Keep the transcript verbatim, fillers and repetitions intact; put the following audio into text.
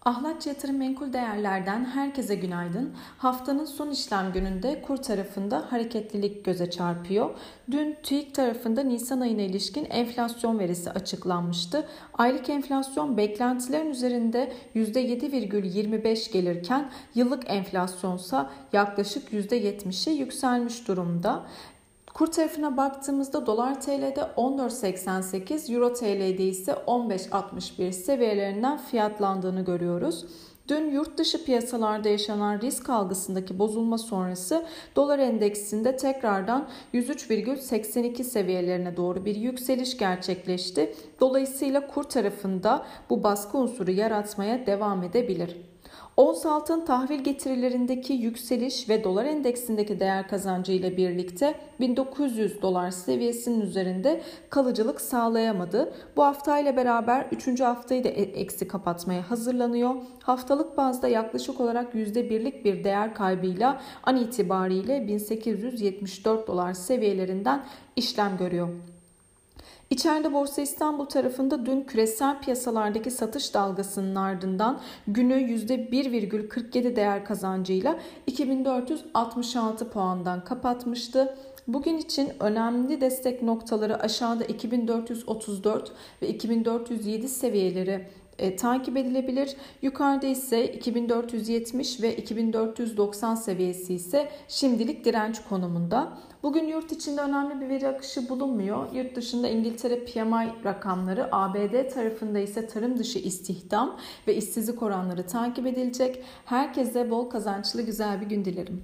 Ahlatçı Yatırım Menkul Değerler'den herkese günaydın. Haftanın son işlem gününde kur tarafında hareketlilik göze çarpıyor. Dün TÜİK tarafında Nisan ayına ilişkin enflasyon verisi açıklanmıştı. Aylık enflasyon beklentilerin üzerinde yüzde yedi virgül yirmi beş gelirken yıllık enflasyonsa yaklaşık yüzde yetmişe yükselmiş durumda. Kur tarafına baktığımızda dolar T L'de on dört seksen sekiz, euro T L'de ise on beş altmış bir seviyelerinden fiyatlandığını görüyoruz. Dün yurt dışı piyasalarda yaşanan risk algısındaki bozulma sonrası dolar endeksinde tekrardan yüz üç virgül seksen iki seviyelerine doğru bir yükseliş gerçekleşti. Dolayısıyla kur tarafında bu baskı unsuru yaratmaya devam edebilir. Ons altın tahvil getirilerindeki yükseliş ve dolar endeksindeki değer kazancı ile birlikte bin dokuz yüz dolar seviyesinin üzerinde kalıcılık sağlayamadı. Bu haftayla beraber üçüncü haftayı da eksi kapatmaya hazırlanıyor. Haftalık bazda yaklaşık olarak yüzde birlik bir değer kaybıyla an itibariyle bin sekiz yüz yetmiş dört dolar seviyelerinden işlem görüyor. İçeride Borsa İstanbul tarafında dün küresel piyasalardaki satış dalgasının ardından günü yüzde bir virgül kırk yedi değer kazancıyla iki bin dört yüz altmış altı puandan kapatmıştı. Bugün için önemli destek noktaları aşağıda iki bin dört yüz otuz dört ve iki bin dört yüz yedi seviyeleri E, takip edilebilir. Yukarıda ise iki bin dört yüz yetmiş ve iki bin dört yüz doksan seviyesi ise şimdilik direnç konumunda. Bugün yurt içinde önemli bir veri akışı bulunmuyor. Yurt dışında İngiltere P M I rakamları, A B D tarafında ise tarım dışı istihdam ve işsizlik oranları takip edilecek. Herkese bol kazançlı güzel bir gün dilerim.